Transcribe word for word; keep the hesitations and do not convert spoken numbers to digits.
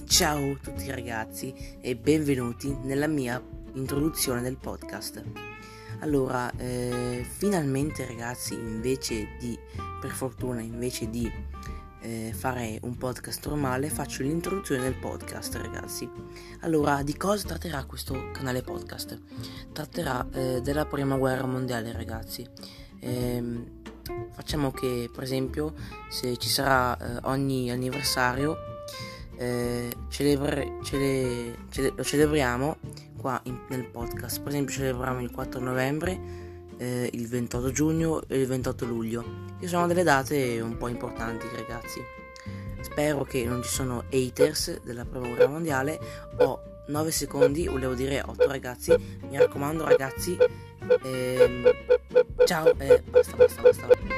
Ciao a tutti ragazzi e benvenuti nella mia introduzione del podcast. Allora, eh, finalmente ragazzi, invece di, per fortuna, invece di eh, fare un podcast normale, faccio l'introduzione del podcast ragazzi. Allora, di cosa tratterà questo canale podcast? Tratterà eh, della prima guerra mondiale ragazzi. Eh, facciamo che, per esempio, se ci sarà eh, ogni anniversario, Eh, celebre, cele, cele, lo celebriamo qua in, nel podcast. Per esempio celebriamo il quattro novembre, eh, il ventotto giugno e il ventotto luglio, che sono delle date un po' importanti ragazzi. Spero che non ci sono haters della prima guerra mondiale. Ho nove secondi, volevo dire otto ragazzi, mi raccomando ragazzi, ehm, ciao e eh, basta basta basta